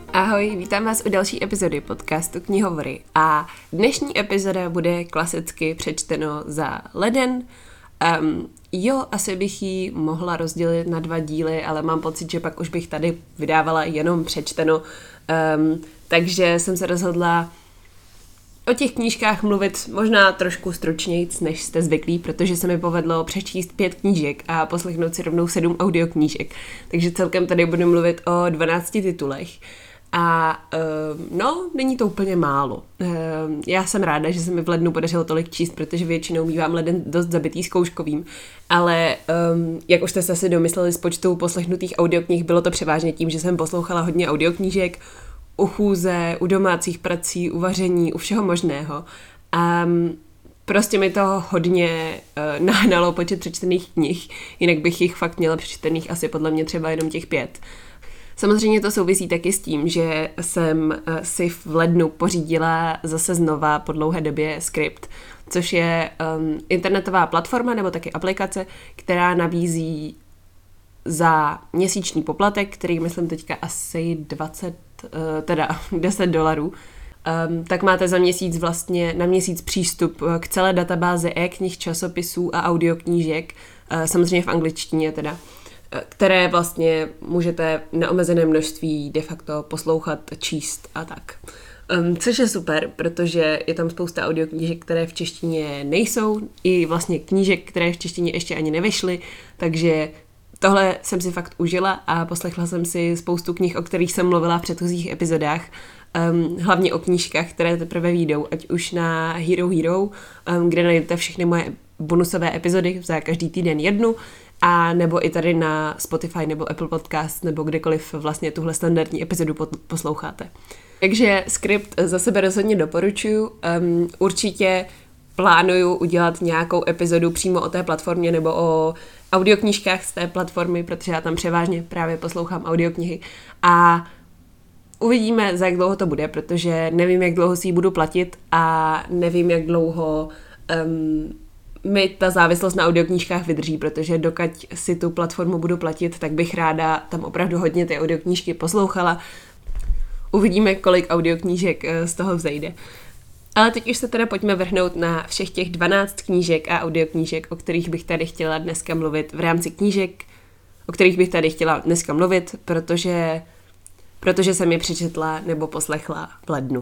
Ahoj, vítám vás u další epizody podcastu Knihovory a dnešní epizoda bude klasicky přečteno za leden. Asi bych ji mohla rozdělit na 2 díly, ale mám pocit, že pak už bych tady vydávala jenom přečteno, takže jsem se rozhodla o těch knížkách mluvit možná trošku stručnějc, než jste zvyklí, protože se mi povedlo přečíst 5 knížek a poslechnout si rovnou 7 audioknížek. Takže celkem tady budu mluvit o 12 titulech. A není to úplně málo. Já jsem ráda, že se mi v lednu podařilo tolik číst, protože většinou mívám leden dost zabitý zkouškovým, ale jak už jste se asi domysleli z počtu poslechnutých audioknih, bylo to převážně tím, že jsem poslouchala hodně audioknížek u chůze, u domácích prací, u vaření, u všeho možného. A prostě mi to hodně nahnalo počet přečtených knih, jinak bych jich fakt měla přečtených asi podle mě třeba jenom těch 5. Samozřejmě to souvisí taky s tím, že jsem si v lednu pořídila zase znova po dlouhé době Script, což je internetová platforma nebo taky aplikace, která nabízí za měsíční poplatek, který myslím teďka asi $10, tak máte za měsíc vlastně na měsíc přístup k celé databázi e-knih, časopisů a audioknížek, samozřejmě v angličtině teda, které vlastně můžete neomezené množství de facto poslouchat, číst a tak. Což je super, protože je tam spousta audioknížek, které v češtině nejsou, i vlastně knížek, které v češtině ještě ani nevyšly, takže tohle jsem si fakt užila a poslechla jsem si spoustu knih, o kterých jsem mluvila v předchozích epizodách, hlavně o knížkách, které teprve vyjdou, ať už na Hero, kde najdete všechny moje bonusové epizody za každý týden jednu, a nebo i tady na Spotify nebo Apple Podcast, nebo kdekoliv vlastně tuhle standardní epizodu posloucháte. Takže Script za sebe rozhodně doporučuji. Určitě plánuju udělat nějakou epizodu přímo o té platformě nebo o audioknížkách z té platformy, protože já tam převážně právě poslouchám audioknihy a uvidíme, za jak dlouho to bude, protože nevím, jak dlouho si ji budu platit a nevím, jak dlouho mi ta závislost na audioknížkách vydrží, protože dokud si tu platformu budu platit, tak bych ráda tam opravdu hodně ty audioknížky poslouchala. Uvidíme, kolik audioknížek z toho vzejde. Ale teď už se teda pojďme vrhnout na všech těch 12 knížek a audioknížek, o kterých bych tady chtěla dneska mluvit v rámci knížek, o kterých bych tady chtěla dneska mluvit, protože jsem je přečetla nebo poslechla v lednu.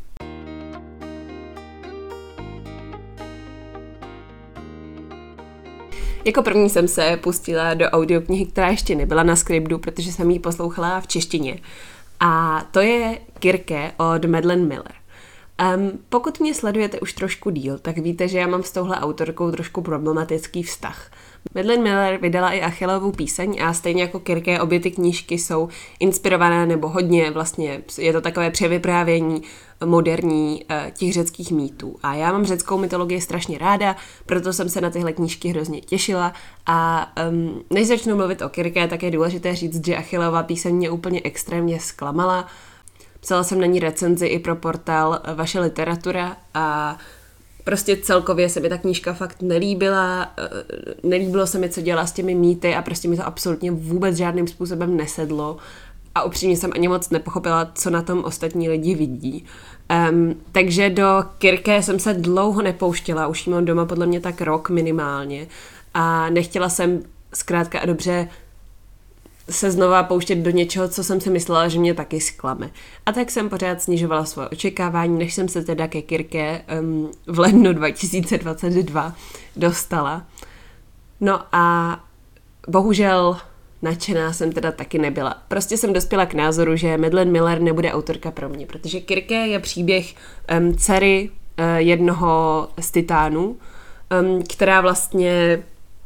Jako první jsem se pustila do audioknihy, která ještě nebyla na Scriptu, protože jsem ji poslouchala v češtině. A to je Kirke od Madeline Miller. Pokud mě sledujete už trošku díl, tak víte, že já mám s touhle autorkou trošku problematický vztah. Madeline Miller vydala i Achilleovu píseň a stejně jako Kirke obě ty knížky jsou inspirované nebo hodně vlastně, je to takové převyprávění moderní těch řeckých mýtů. A já mám řeckou mytologii strašně ráda, proto jsem se na tyhle knížky hrozně těšila a než začnu mluvit o Kirke, tak je důležité říct, že Achilleova píseň mě úplně extrémně zklamala. Psala jsem na ní recenzi i pro portál Vaše literatura a prostě celkově se mi ta knížka fakt nelíbila, nelíbilo se mi, co dělá s těmi mýty a prostě mi to absolutně vůbec žádným způsobem nesedlo a upřímně jsem ani moc nepochopila, co na tom ostatní lidi vidí. Takže do Kirke jsem se dlouho nepouštěla, už jí mám doma podle mě tak rok minimálně a nechtěla jsem zkrátka a dobře se znova pouštět do něčeho, co jsem si myslela, že mě taky zklame. A tak jsem pořád snižovala svoje očekávání, než jsem se teda ke Kirke v lednu 2022 dostala. No a bohužel nadšená jsem teda taky nebyla. Prostě jsem dospěla k názoru, že Madeline Miller nebude autorka pro mě, protože Kirke je příběh dcery jednoho z titánů, která vlastně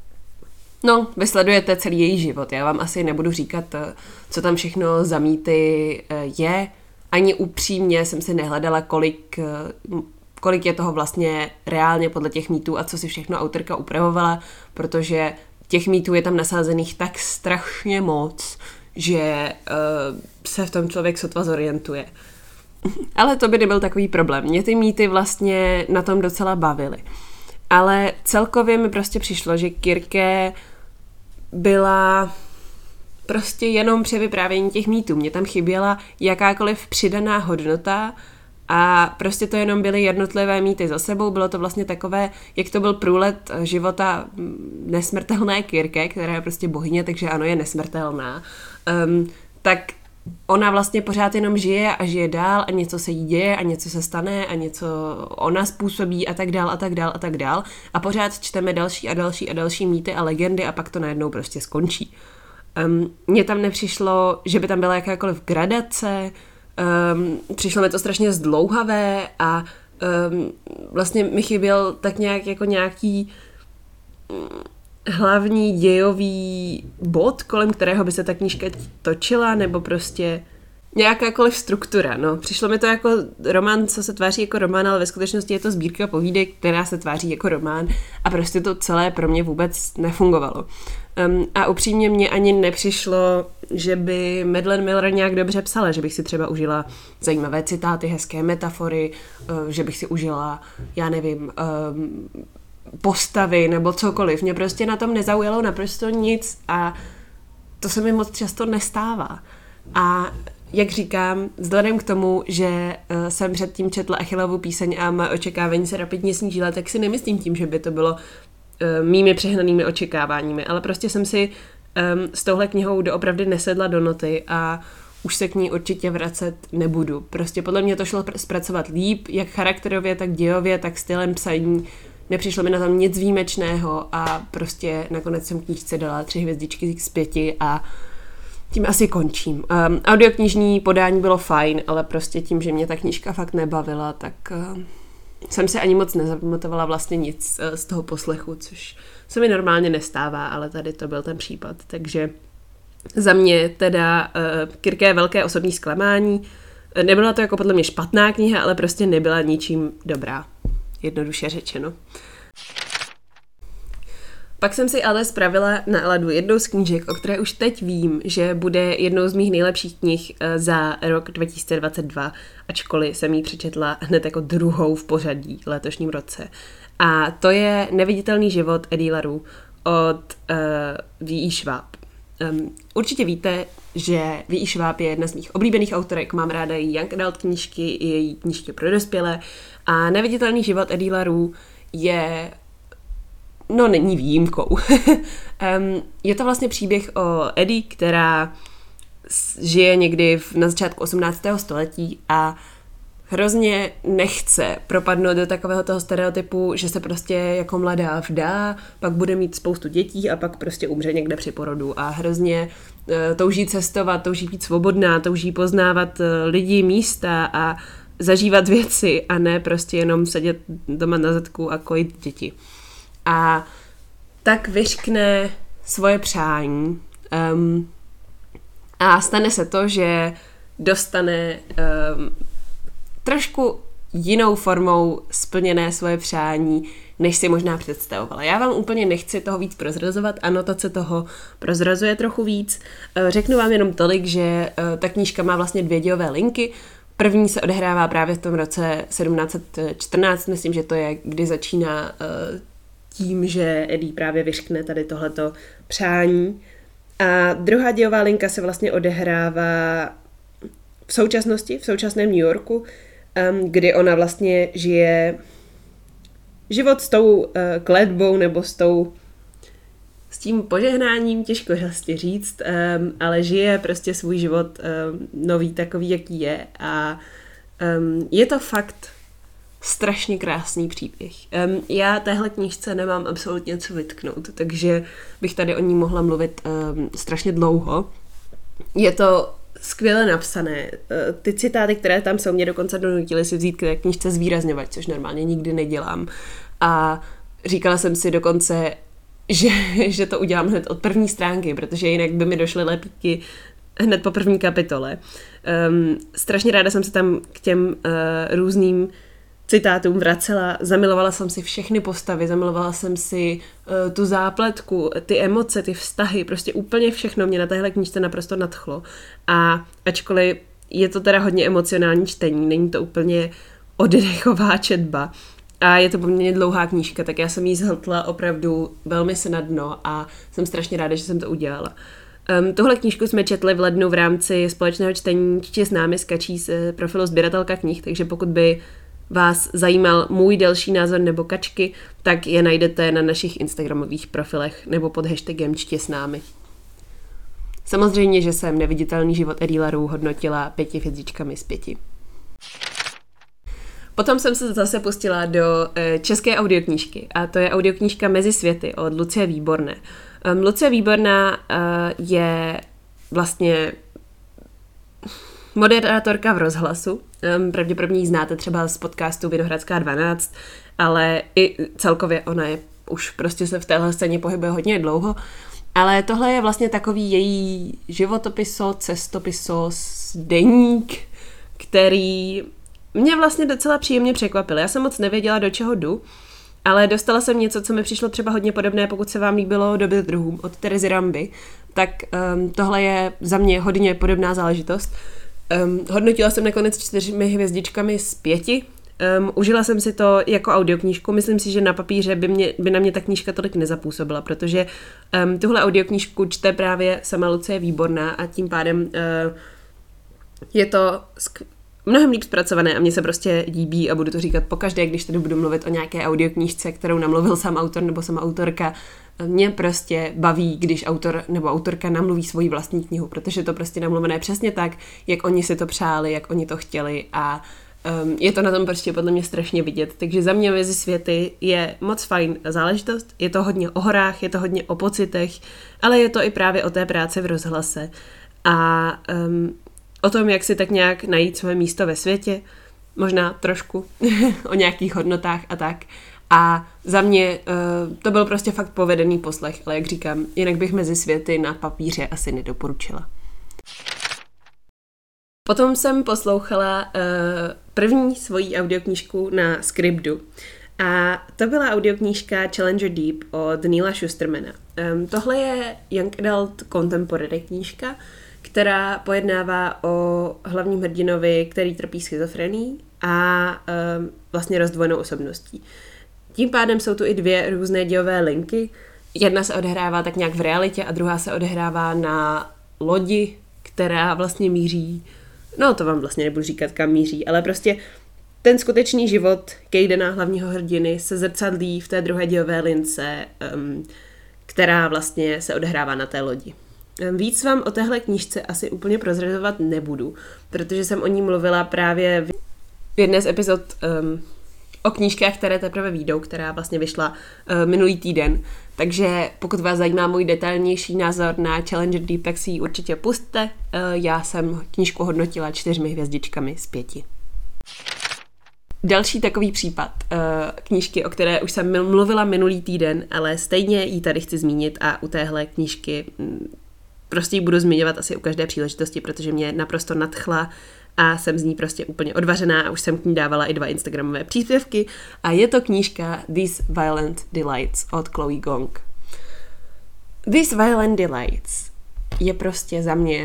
vy sledujete celý její život. Já vám asi nebudu říkat, co tam všechno za mýty je. Ani upřímně jsem si nehledala, kolik je toho vlastně reálně podle těch mýtů a co si všechno autorka upravovala, protože těch mýtů je tam nasázených tak strašně moc, že se v tom člověk sotva zorientuje. Ale to by nebyl takový problém. Mě ty mýty vlastně na tom docela bavily. Ale celkově mi prostě přišlo, že Kirke byla prostě jenom převyprávění těch mýtů. Mně tam chyběla jakákoliv přidaná hodnota a prostě to jenom byly jednotlivé mýty za sebou. Bylo to vlastně takové, jak to byl průlet života nesmrtelné Kirke, která je prostě bohyně, takže ano, je nesmrtelná. Tak ona vlastně pořád jenom žije a žije dál a něco se jí děje a něco se stane a něco ona způsobí a tak dál a tak dál a tak dál. A pořád čteme další a další a další mýty a legendy a pak to najednou prostě skončí. Mně tam nepřišlo, že by tam byla jakákoliv gradace, přišlo mi to strašně zdlouhavé a vlastně mi chyběl tak nějak jako nějaký hlavní dějový bod, kolem kterého by se ta knížka točila, nebo prostě nějakákoliv struktura, no. Přišlo mi to jako román, co se tváří jako román, ale ve skutečnosti je to sbírka povídek, která se tváří jako román a prostě to celé pro mě vůbec nefungovalo. A upřímně mě ani nepřišlo, že by Madeline Miller nějak dobře psala, že bych si třeba užila zajímavé citáty, hezké metafory, že bych si užila, já nevím, postavy nebo cokoliv. Mě prostě na tom nezaujalo naprosto nic a to se mi moc často nestává. A jak říkám, vzhledem k tomu, že jsem předtím četla Achilleovu píseň a moje očekávání se rapidně snížila, tak si nemyslím tím, že by to bylo mými přehnanými očekáváními, ale prostě jsem si s touhle knihou doopravdy nesedla do noty a už se k ní určitě vracet nebudu. Prostě podle mě to šlo zpracovat líp, jak charakterově, tak dějově, tak stylem psaní. Nepřišlo mi na tom nic výjimečného a prostě nakonec jsem knížce dala 3 hvězdičky z 5 a tím asi končím. Audioknižní podání bylo fajn, ale prostě tím, že mě ta knížka fakt nebavila, tak jsem se ani moc nezapamatovala vlastně nic z toho poslechu, což se mi normálně nestává, ale tady to byl ten případ. Takže za mě teda Kirke je velké osobní zklamání. Nebyla to jako podle mě špatná kniha, ale prostě nebyla ničím dobrá. Jednoduše řečeno. Pak jsem si ale spravila na Eladu jednou z knížek, o které už teď vím, že bude jednou z mých nejlepších knih za rok 2022, ačkoliv jsem ji přečetla hned jako druhou v pořadí v letošním roce. A to je Neviditelný život Edie LaRue od V.E. Schwab. Určitě víte, že V.E. Schwab je jedna z mých oblíbených autorek, mám ráda její young adult knížky i její knížky pro dospělé a Neviditelný život Edie LaRue je, no není výjimkou. Je to vlastně příběh o Edie, která žije někdy na začátku 18. století a hrozně nechce propadnout do takového toho stereotypu, že se prostě jako mladá vdá, pak bude mít spoustu dětí a pak prostě umře někde při porodu a hrozně touží cestovat, touží být svobodná, touží poznávat lidi, místa a zažívat věci a ne prostě jenom sedět doma na zadku a kojit děti. A tak vyřkne svoje přání a stane se to, že dostane trošku jinou formou splněné svoje přání, než si možná představovala. Já vám úplně nechci toho víc prozrazovat, anotace toho prozrazuje trochu víc. Řeknu vám jenom tolik, že ta knížka má vlastně 2 dějové linky. První se odehrává právě v tom roce 1714, myslím, že to je, kdy začíná tím, že Edie právě vyřkne tady tohleto přání. A druhá dějová linka se vlastně odehrává v současnosti, v současném New Yorku, kdy ona vlastně žije život s tou kletbou nebo s tím požehnáním, těžko vlastně říct, ale žije prostě svůj život nový takový, jaký je a je to fakt strašně krásný příběh. Já téhle knížce nemám absolutně co vytknout, takže bych tady o ní mohla mluvit strašně dlouho. Je to skvěle napsané. Ty citáty, které tam jsou, mě dokonce donutily si vzít k té knížce zvýrazňovat, což normálně nikdy nedělám. A říkala jsem si dokonce, že to udělám hned od první stránky, protože jinak by mi došly lepíky hned po první kapitole. Strašně ráda jsem se tam k těm různým citátům vracela, zamilovala jsem si všechny postavy, zamilovala jsem si tu zápletku, ty emoce, ty vztahy, prostě úplně všechno mě na téhle knížce naprosto nadchlo. A ačkoliv je to teda hodně emocionální čtení, není to úplně oddechová četba a je to poměrně dlouhá knížka, tak já jsem jí zhltla opravdu velmi snadno a jsem strašně ráda, že jsem to udělala. Tuhle knížku jsme četli v lednu v rámci společného čtení Čti s námi z Kačí z profilu Sběratelka knih, takže pokud by vás zajímal můj delší názor nebo Kačky, tak je najdete na našich instagramových profilech nebo pod hashtagem Čti s námi. Samozřejmě, že jsem Neviditelný život Eddie LaRue hodnotila 5 hvězdičkami z 5. Potom jsem se zase pustila do české audioknížky a to je audioknížka Mezi světy od Lucie Výborné. Lucie Výborná je vlastně moderátorka v rozhlasu. Pravděpodobně ji znáte třeba z podcastu Vinohradská 12, ale i celkově ona je už prostě se v téhle scéně pohybuje hodně dlouho. Ale tohle je vlastně takový její životopiso, cestopiso, deník, který mě vlastně docela příjemně překvapil. Já jsem moc nevěděla, do čeho jdu, ale dostala jsem něco, co mi přišlo třeba hodně podobné, pokud se vám líbilo Doby druhům od Terezy Ramby, tak tohle je za mě hodně podobná záležitost. Hodnotila jsem nakonec 4 hvězdičkami z 5. Užila jsem si to jako audioknížku. Myslím si, že na papíře by na mě ta knížka tolik nezapůsobila, protože tuhle audioknížku čte právě sama Lucie Výborná a tím pádem je to mnohem líp zpracované a mně se prostě líbí a budu to říkat pokaždé, když tady budu mluvit o nějaké audioknížce, kterou namluvil sám autor nebo sama autorka. Mě prostě baví, když autor nebo autorka namluví svoji vlastní knihu, protože to prostě namluvené přesně tak, jak oni si to přáli, jak oni to chtěli a je to na tom prostě podle mě strašně vidět. Takže za mě Mezi světy je moc fajn záležitost, je to hodně o horách, je to hodně o pocitech, ale je to i právě o té práci v rozhlase a o tom, jak si tak nějak najít své místo ve světě, možná trošku o nějakých hodnotách a tak. A za mě to byl prostě fakt povedený poslech, ale jak říkám, jinak bych Mezi světy na papíře asi nedoporučila. Potom jsem poslouchala první svoji audioknížku na Scribdu. A to byla audioknížka Challenger Deep od Neila Shustermana. Tohle je Young Adult Contemporary knížka, která pojednává o hlavním hrdinovi, který trpí schizofrenií a vlastně rozdvojenou osobností. Tím pádem jsou tu i 2 různé dějové linky. Jedna se odehrává tak nějak v realitě a druhá se odehrává na lodi, která vlastně míří, no to vám vlastně nebudu říkat, kam míří, ale prostě ten skutečný život Caidena, hlavního hrdiny, se zrcadlí v té druhé dějové lince, která vlastně se odehrává na té lodi. Víc vám o téhle knížce asi úplně prozrazovat nebudu, protože jsem o ní mluvila právě v jedné z epizod o knížkách, které teprve vyjdou, která vlastně vyšla minulý týden. Takže pokud vás zajímá můj detailnější názor na Challenger Deep, tak si ji určitě pusťte. Já jsem knížku hodnotila 4 hvězdičkami z 5. Další takový případ knížky, o které už jsem mluvila minulý týden, ale stejně ji tady chci zmínit a u téhle knížky prostě ji budu zmiňovat asi u každé příležitosti, protože mě naprosto nadchla a jsem z ní prostě úplně odvařená a už jsem k ní dávala i 2 instagramové příspěvky a je to knížka These Violent Delights od Chloe Gong. These Violent Delights je prostě za mě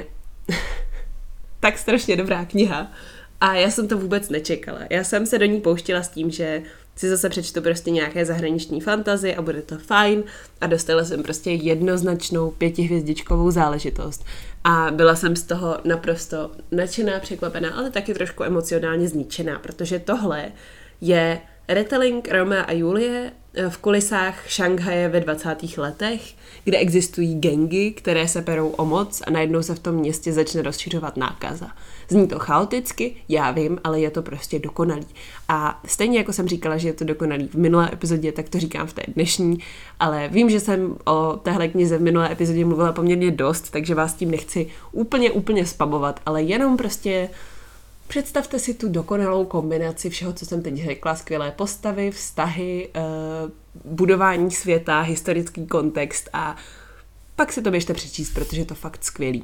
tak strašně dobrá kniha a já jsem to vůbec nečekala. Já jsem se do ní pouštila s tím, že si zase přečtu prostě nějaké zahraniční fantasy a bude to fajn a dostala jsem prostě jednoznačnou 5hvězdičkovou záležitost a byla jsem z toho naprosto nadšená, překvapená, ale taky trošku emocionálně zničená, protože tohle je retelling Romea a Julie v kulisách Šanghaje ve 20. letech, kde existují gangy, které se perou o moc a najednou se v tom městě začne rozšiřovat nákaza. Zní to chaoticky, já vím, ale je to prostě dokonalý. A stejně jako jsem říkala, že je to dokonalý v minulé epizodě, tak to říkám v té dnešní, ale vím, že jsem o téhle knize v minulé epizodě mluvila poměrně dost, takže vás tím nechci úplně spamovat, ale jenom prostě představte si tu dokonalou kombinaci všeho, co jsem teď řekla, skvělé postavy, vztahy, budování světa, historický kontext a pak si to běžte přečíst, protože je to fakt skvělý.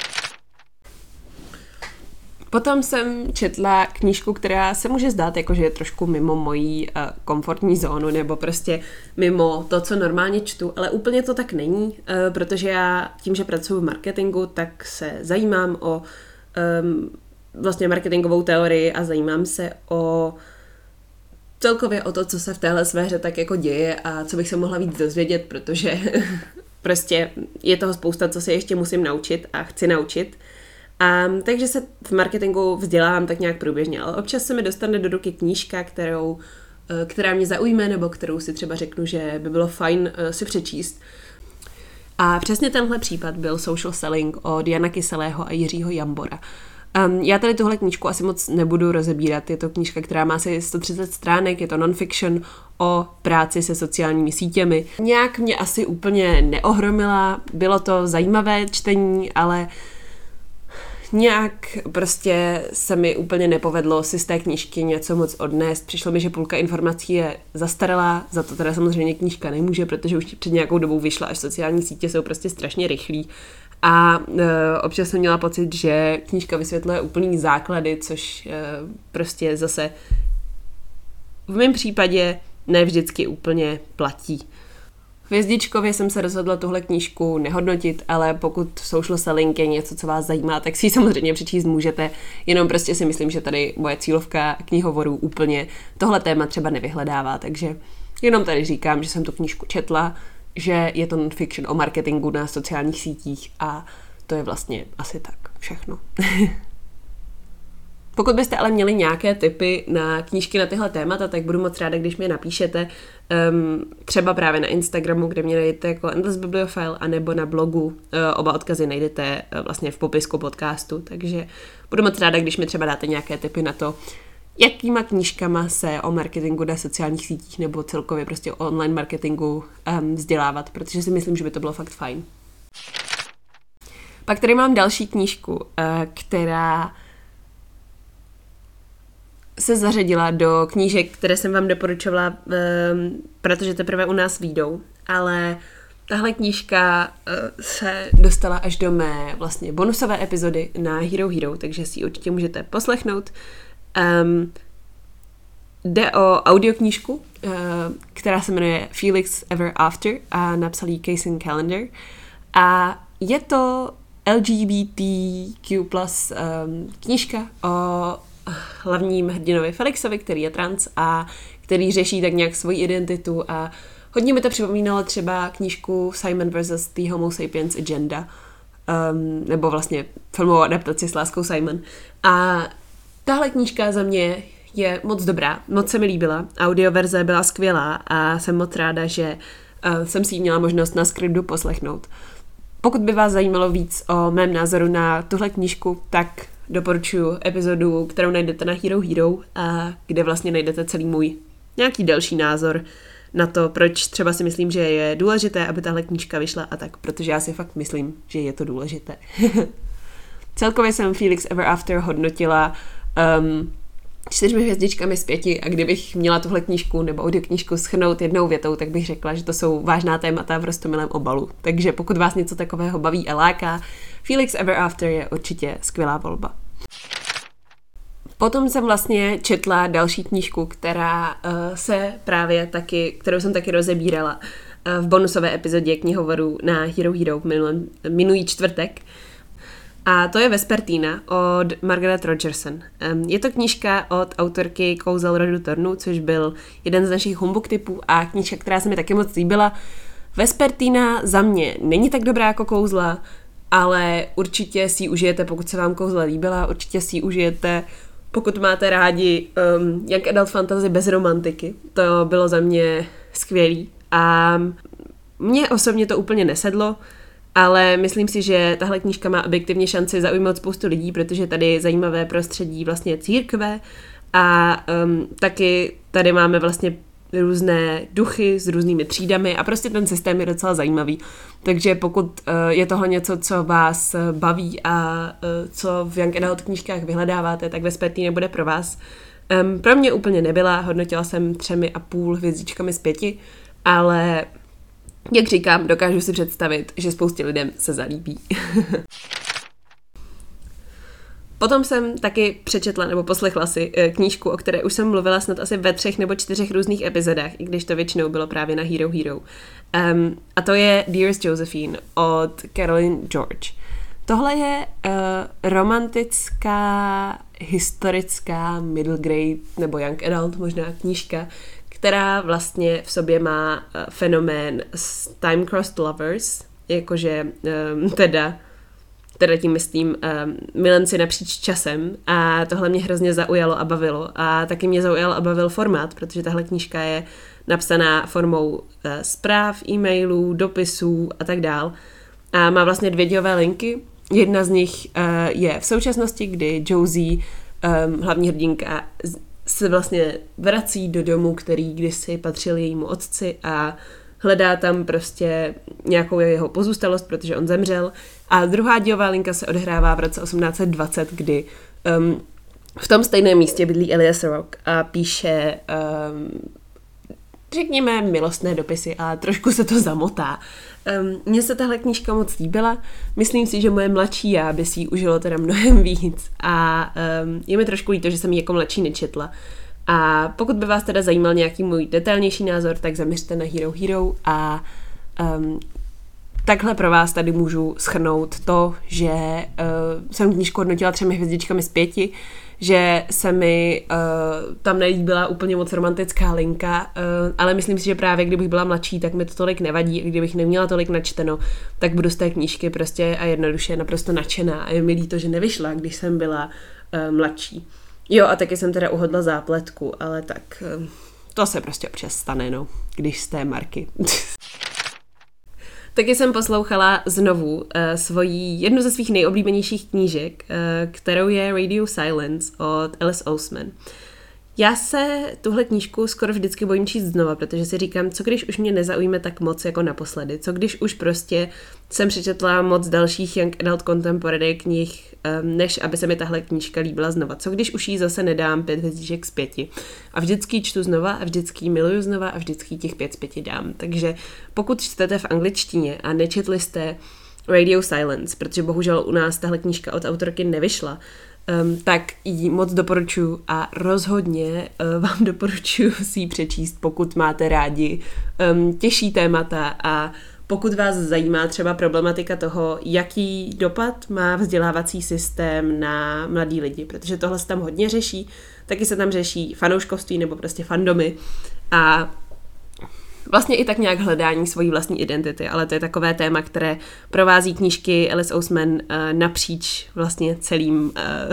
Potom jsem četla knížku, která se může zdát, jako že je trošku mimo mojí komfortní zónu, nebo prostě mimo to, co normálně čtu, ale úplně to tak není, protože já tím, že pracuji v marketingu, tak se zajímám o vlastně marketingovou teorii a zajímám se o celkově o to, co se v téhle sféře tak jako děje a co bych se mohla víc dozvědět, protože prostě je toho spousta, co se ještě musím naučit a chci naučit. Takže se v marketingu vzdělávám tak nějak průběžně, ale občas se mi dostane do ruky knížka, která mě zaujme, nebo kterou si třeba řeknu, že by bylo fajn si přečíst. A přesně tenhle případ byl Social Selling od Jana Kyselého a Jiřího Jambora. Já tady tuhle knížku asi moc nebudu rozebírat. Je to knížka, která má asi 130 stránek, je to non-fiction o práci se sociálními sítěmi. Nějak mě asi úplně neohromila, bylo to zajímavé čtení, ale nějak prostě se mi úplně nepovedlo si z té knížky něco moc odnést. Přišlo mi, že půlka informací je zastaralá, za to teda samozřejmě knížka nemůže, protože už před nějakou dobou vyšla, až sociální sítě jsou prostě strašně rychlí. A občas jsem měla pocit, že knížka vysvětluje úplný základy, což prostě zase v mém případě ne vždycky úplně platí. Hvězdičkově jsem se rozhodla tuhle knížku nehodnotit, ale pokud social selling je něco, co vás zajímá, tak si ji samozřejmě přečíst můžete, jenom prostě si myslím, že tady moje cílovka knihovorů úplně tohle téma třeba nevyhledává, takže jenom tady říkám, že jsem tu knížku četla, že je to non-fiction o marketingu na sociálních sítích a to je vlastně asi tak všechno. Pokud byste ale měli nějaké tipy na knížky na tyhle témata, tak budu moc ráda, když mi je napíšete, třeba právě na Instagramu, kde mě najdete jako Endless Bibliophile, anebo na blogu. Oba odkazy najdete vlastně v popisku podcastu, takže budu moc ráda, když mi třeba dáte nějaké tipy na to, jakýma knížkama se o marketingu na sociálních sítích nebo celkově prostě o online marketingu vzdělávat, protože si myslím, že by to bylo fakt fajn. Pak tady mám další knížku, která se zařadila do knížek, které jsem vám doporučovala, protože teprve u nás vyjdou, ale tahle knížka se dostala až do mé vlastně bonusové epizody na Hero Hero, takže si ji určitě můžete poslechnout. Jde o audioknížku, která se jmenuje Felix Ever After a napsal ji Kaysen Callender. A je to LGBTQ+ knížka o hlavním hrdinovi Felixovi, který je trans a který řeší tak nějak svoji identitu a hodně mi to připomínalo třeba knížku Simon vs. The Homo Sapiens Agenda, nebo vlastně filmovou adaptaci s láskou Simon. A tahle knížka za mě je moc dobrá, moc se mi líbila, audioverze byla skvělá a jsem moc ráda, že jsem si ji měla možnost na Scribdu poslechnout. Pokud by vás zajímalo víc o mém názoru na tuhle knížku, tak doporučuji epizodu, kterou najdete na Hero Hero, a kde vlastně najdete celý můj nějaký další názor na to, proč třeba si myslím, že je důležité, aby tahle knížka vyšla a tak, protože já si fakt myslím, že je to důležité. Celkově jsem Felix Ever After hodnotila 4 hvězdičkami z 5 a kdybych měla tuhle knížku nebo audioknížku shrnout jednou větou, tak bych řekla, že to jsou vážná témata v roztomilém obalu. Takže pokud vás něco takového baví a láká, Felix Ever After je určitě skvělá volba. Potom jsem vlastně četla další knížku, kterou jsem taky rozebírala v bonusové epizodě knihovoru na Hero Hero minulý čtvrtek. A to je Vespertina od Margaret Rogerson. Je to knížka od autorky Kouzel rodu Tornů, což byl jeden z našich humbug typů a knížka, která se mi taky moc líbila. Vespertina za mě není tak dobrá jako kouzla, ale určitě si ji užijete, pokud se vám kouzla líbila, určitě si ji užijete, pokud máte rádi young adult fantasy bez romantiky. To bylo za mě skvělý a mně osobně to úplně nesedlo, ale myslím si, že tahle knížka má objektivně šanci zaujmout spoustu lidí, protože tady je zajímavé prostředí vlastně církve a taky tady máme vlastně různé duchy s různými třídami a prostě ten systém je docela zajímavý. Takže pokud je tohle něco, co vás baví a co v young adult knížkách vyhledáváte, tak Vespertina bude pro vás. Pro mě úplně nebyla, hodnotila jsem 3,5 hvězdičkami z 5, ale jak říkám, dokážu si představit, že spoustě lidem se zalíbí. Potom jsem taky přečetla nebo poslechla si knížku, o které už jsem mluvila snad asi ve 3 nebo 4 různých epizodách, i když to většinou bylo právě na Hero Hero. A to je Dearest Josephine od Caroline George. Tohle je romantická, historická, middle grade nebo young adult možná knížka, která vlastně v sobě má fenomén time-crossed lovers, jakože teda tím myslím milenci napříč časem a tohle mě hrozně zaujalo a bavilo. A taky mě zaujal a bavil formát, protože tahle knížka je napsaná formou zpráv, e-mailů, dopisů a tak dál. A má vlastně 2 dějové linky. Jedna z nich je v současnosti, kdy Josie, hlavní hrdinka, se vlastně vrací do domu, který kdysi patřil jejímu otci a hledá tam prostě nějakou jeho pozůstalost, protože on zemřel. A druhá dějová linka se odehrává v roce 1820, kdy v tom stejném místě bydlí Elias Rock a píše řekněme milostné dopisy a trošku se to zamotá. Mně se tahle knížka moc líbila, myslím si, že moje mladší já by si ji užilo teda mnohem víc a je mi trošku líto, že jsem ji jako mladší nečetla. A pokud by vás teda zajímal nějaký můj detailnější názor, tak zaměřte na Hero Hero a takhle pro vás tady můžu shrnout to, že jsem knížku hodnotila 3 hvězdičkami z 5, že se mi tam nelíbila úplně moc romantická linka, ale myslím si, že právě kdybych byla mladší, tak mi to tolik nevadí, a kdybych neměla tolik načteno, tak budu z té knížky prostě a jednoduše naprosto nadšená a je mi líto, že nevyšla, když jsem byla mladší. Jo, a taky jsem teda uhodla zápletku, ale tak to se prostě občas stane, no, když jste Marky. Taky jsem poslouchala znovu jednu ze svých nejoblíbenějších knížek, kterou je Radio Silence od Alice Oseman. Já se tuhle knížku skoro vždycky bojím číst znova, protože si říkám, co když už mě nezaujme tak moc jako naposledy, co když už prostě jsem přečetla moc dalších young adult contemporary knih, než aby se mi tahle knížka líbila znova. Co když už jí zase nedám 5 hvězdiček z 5. A vždycky čtu znova a vždycky miluju znova a vždycky těch 5 z 5 dám. Takže pokud čtete v angličtině a nečetli jste Radio Silence, protože bohužel u nás tahle knížka od autorky nevyšla, tak ji moc doporučuji a rozhodně vám doporučuji si ji přečíst, pokud máte rádi těžší témata a pokud vás zajímá třeba problematika toho, jaký dopad má vzdělávací systém na mladý lidi, protože tohle se tam hodně řeší, taky se tam řeší fanouškovství nebo prostě fandomy a vlastně i tak nějak hledání svojí vlastní identity, ale to je takové téma, které provází knížky Alice Oseman napříč vlastně celým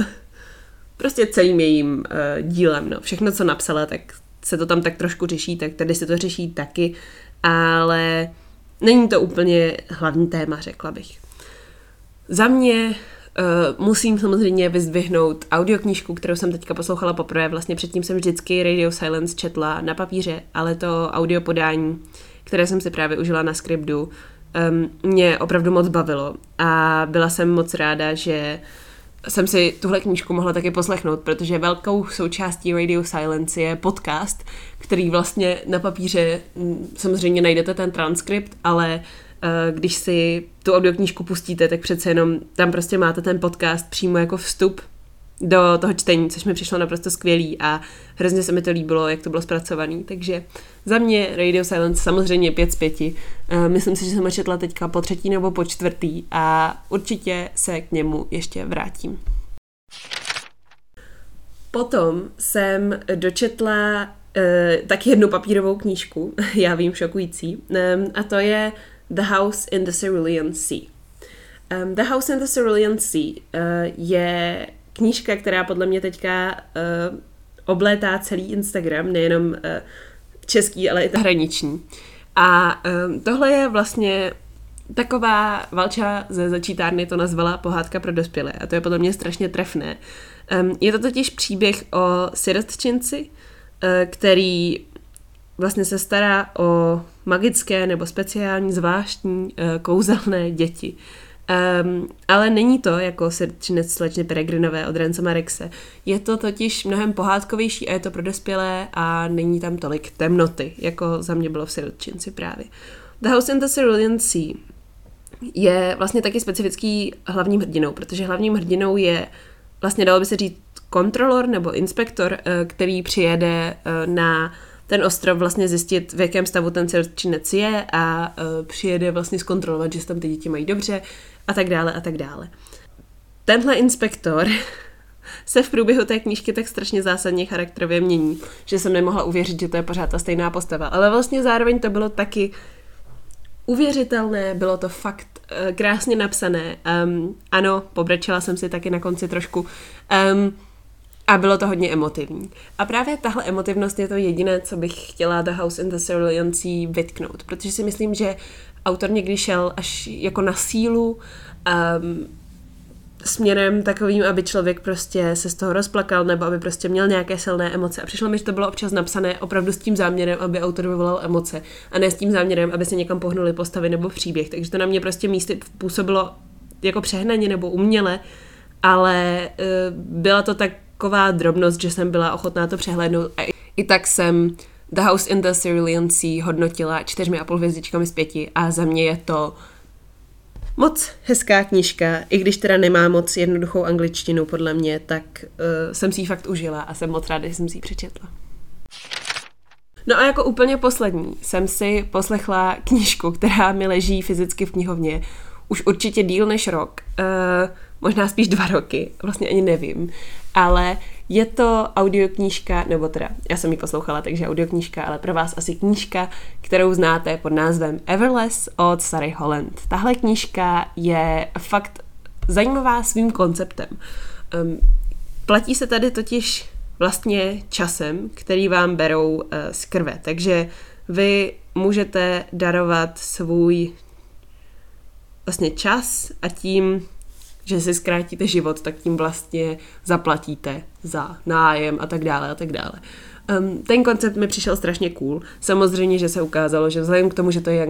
jejím dílem. No. Všechno, co napsala, tak se to tam tak trošku řeší, tak tady se to řeší taky, ale není to úplně hlavní téma, řekla bych. Za mě musím samozřejmě vyzdvihnout audioknížku, kterou jsem teďka poslouchala poprvé. Vlastně předtím jsem vždycky Radio Silence četla na papíře, ale to audio podání, které jsem si právě užila na Scribdu, mě opravdu moc bavilo a byla jsem moc ráda, že jsem si tuhle knížku mohla taky poslechnout, protože velkou součástí Radio Silence je podcast, který vlastně na papíře samozřejmě najdete ten transkript, ale když si tu audioknížku pustíte, tak přece jenom tam prostě máte ten podcast přímo jako vstup do toho čtení, což mi přišlo naprosto skvělý a hrozně se mi to líbilo, jak to bylo zpracovaný. Takže za mě Radio Silence samozřejmě 5 z 5. Myslím si, že jsem ho četla teďka po 3. nebo po 4. a určitě se k němu ještě vrátím. Potom jsem dočetla taky jednu papírovou knížku, já vím, šokující, a to je The House in the Cerulean Sea. The House in the Cerulean Sea je knížka, která podle mě teďka oblétá celý Instagram, nejenom český, ale i zahraniční. A tohle je vlastně taková Valča ze začítárny to nazvala pohádka pro dospělé a to je podle mě strašně trefné. Je to totiž příběh o sirotčinci, který vlastně se stará o magické nebo speciální, zvláštní, kouzelné děti. Ale není to jako sirotčinec slečny Peregrinové od Ransoma Rexe. Je to totiž mnohem pohádkovější a je to pro dospělé a není tam tolik temnoty, jako za mě bylo v sirotčinci právě. The House in the Cerulean Sea je vlastně taky specifický hlavním hrdinou, protože hlavním hrdinou je vlastně dalo by se říct kontrolor nebo inspektor, který přijede na ten ostrov vlastně zjistit, v jakém stavu ten sirotčinec je a přijede vlastně zkontrolovat, že tam ty děti mají dobře a tak dále a tak dále. Tenhle inspektor se v průběhu té knížky tak strašně zásadně charakterově mění, že jsem nemohla uvěřit, že to je pořád ta stejná postava. Ale vlastně zároveň to bylo taky uvěřitelné, bylo to fakt krásně napsané. Ano, pobrečela jsem si taky na konci trošku. A bylo to hodně emotivní. A právě tahle emotivnost je to jediné, co bych chtěla The House in the Cerulean Sea vytknout, protože si myslím, že autor někdy šel až jako na sílu směrem takovým, aby člověk prostě se z toho rozplakal, nebo aby prostě měl nějaké silné emoce. A přišlo mi, že to bylo občas napsané opravdu s tím záměrem, aby autor vyvolal emoce, a ne s tím záměrem, aby se někam pohnuly postavy nebo příběh. Takže to na mě prostě místy působilo jako přehnaně nebo uměle, ale byla to taková drobnost, že jsem byla ochotná to přehlédnout. A i tak jsem The House in the Cerulean Sea hodnotila 4,5 hvězdičkami z 5 a za mě je to moc hezká knížka, i když teda nemá moc jednoduchou angličtinu podle mě, tak jsem si ji fakt užila a jsem moc ráda, že jsem si ji přečetla. No a jako úplně poslední jsem si poslechla knížku, která mi leží fyzicky v knihovně už určitě díl než rok, možná spíš 2 roky, vlastně ani nevím, ale je to audioknížka, nebo teda, já jsem ji poslouchala, takže audioknížka, ale pro vás asi knížka, kterou znáte pod názvem Everless od Sary Holland. Tahle knížka je fakt zajímavá svým konceptem. Platí se tady totiž vlastně časem, který vám berou z krve, takže vy můžete darovat svůj vlastně čas a tím, že si zkrátíte život, tak tím vlastně zaplatíte za nájem a tak dále a tak dále. Ten koncept mi přišel strašně cool. Samozřejmě, že se ukázalo, že vzhledem k tomu, že to je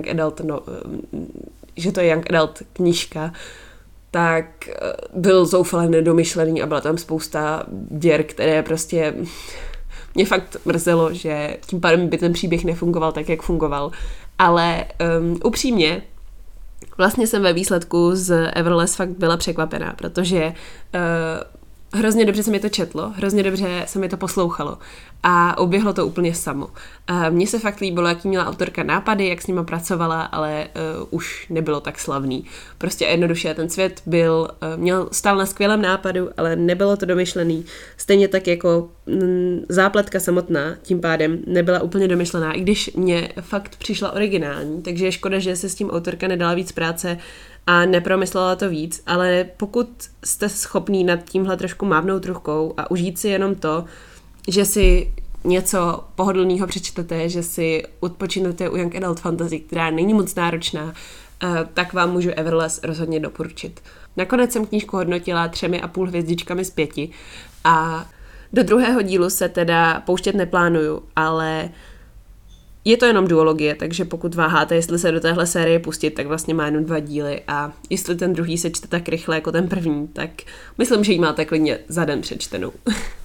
young adult knížka, tak byl zoufale nedomyšlený a byla tam spousta děr, které prostě mě fakt mrzelo, že tím pádem by ten příběh nefungoval tak, jak fungoval. Ale upřímně, vlastně jsem ve výsledku z Everless fakt byla překvapená, protože hrozně dobře se mi to četlo, hrozně dobře se mi to poslouchalo a uběhlo to úplně samo. Mně se fakt líbilo, jaký měla autorka nápady, jak s nima pracovala, ale už nebylo tak slavný. Prostě jednoduše ten svět stál na skvělém nápadu, ale nebylo to domyšlený. Stejně tak jako zápletka samotná tím pádem nebyla úplně domyšlená, i když mě fakt přišla originální, takže je škoda, že se s tím autorka nedala víc práce a nepromyslela to víc, ale pokud jste schopný nad tímhle trošku mávnout rukou a užít si jenom to, že si něco pohodlného přečtete, že si odpočinete u young adult fantasy, která není moc náročná, tak vám můžu Everless rozhodně doporučit. Nakonec jsem knížku hodnotila 3,5 hvězdičkami z 5 a do 2. dílu se teda pouštět neplánuju, ale je to jenom duologie, takže pokud váháte, jestli se do téhle série pustit, tak vlastně má jenom 2 díly a jestli ten druhý se čte tak rychle jako ten první, tak myslím, že ji máte klidně za den přečtenou.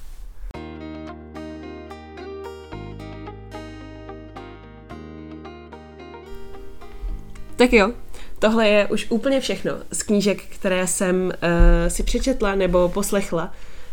Tak jo, tohle je už úplně všechno z knížek, které jsem si přečetla nebo poslechla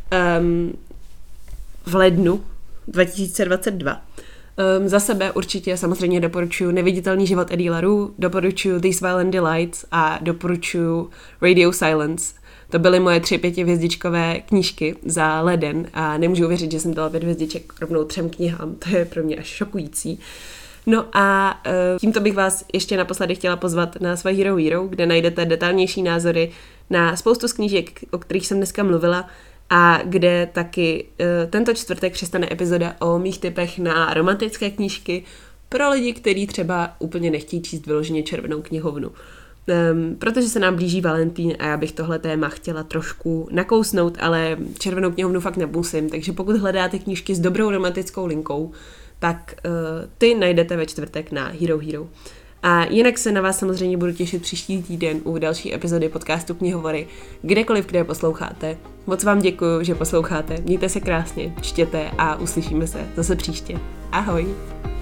v lednu 2022. Za sebe určitě samozřejmě doporučuji Neviditelný život Edie LaRue, doporučuji These Violent Delights a doporučuji Radio Silence. To byly moje 3 5hvězdičkové knížky za leden a nemůžu uvěřit, že jsem dala 5 hvězdiček rovnou 3 knihám. To je pro mě až šokující. No a tímto bych vás ještě naposledy chtěla pozvat na své Hero Hero, kde najdete detailnější názory na spoustu z knížek, o kterých jsem dneska mluvila, a kde taky tento čtvrtek přistane epizoda o mých tipech na romantické knížky pro lidi, kteří třeba úplně nechtějí číst vyloženě červenou knihovnu. Protože se nám blíží Valentín a já bych tohle téma chtěla trošku nakousnout, ale červenou knihovnu fakt nemusím, takže pokud hledáte knížky s dobrou romantickou linkou, tak ty najdete ve čtvrtek na Hero Hero. A jinak se na vás samozřejmě budu těšit příští týden u další epizody podcastu Knihovory, kdekoliv, kde je posloucháte. Moc vám děkuju, že posloucháte, mějte se krásně, čtěte a uslyšíme se zase příště. Ahoj!